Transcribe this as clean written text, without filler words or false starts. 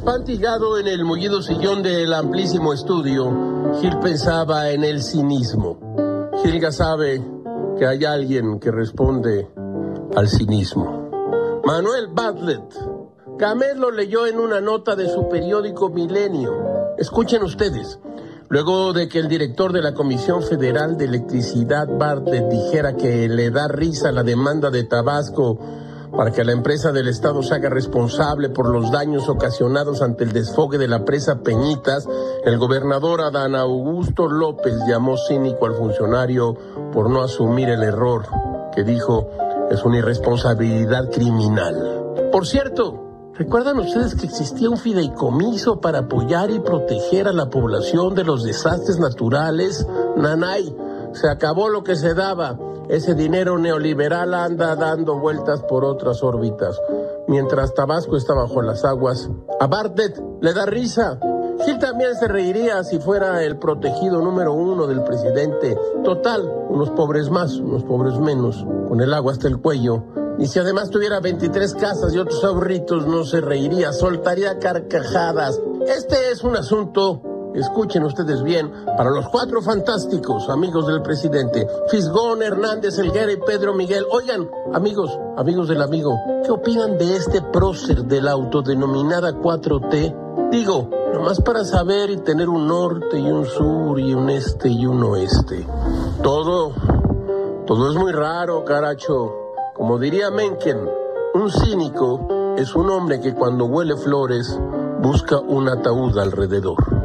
Apantigado en el mullido sillón del amplísimo estudio, Gil pensaba en el cinismo. Gilga sabe que hay alguien que responde al cinismo. Manuel Bartlett. Gámez lo leyó en una nota de su periódico Milenio. Escuchen ustedes. Luego de que el director de la Comisión Federal de Electricidad, Bartlett, dijera que le da risa la demanda de Tabasco para que la empresa del Estado se haga responsable por los daños ocasionados ante el desfogue de la presa Peñitas, el gobernador Adán Augusto López llamó cínico al funcionario por no asumir el error, que dijo es una irresponsabilidad criminal. Por cierto, ¿recuerdan ustedes que existía un fideicomiso para apoyar y proteger a la población de los desastres naturales? Nanay, se acabó lo que se daba. Ese dinero neoliberal anda dando vueltas por otras órbitas. Mientras Tabasco está bajo las aguas, a Bartlett le da risa. Gil también se reiría si fuera el protegido número 1 del presidente. Total, unos pobres más, unos pobres menos, con el agua hasta el cuello. Y si además tuviera 23 casas y otros ahorritos, no se reiría, soltaría carcajadas. Este es un asunto, escuchen ustedes bien, para los 4 fantásticos amigos del presidente, Fisgón, Hernández, Helguera y Pedro Miguel. Oigan, amigos del amigo, ¿qué opinan de este prócer de la autodenominada 4T? Digo, nomás para saber y tener un norte y un sur y un este y un oeste. Todo es muy raro, caracho. Como diría Mencken, un cínico es un hombre que cuando huele flores busca un ataúd alrededor.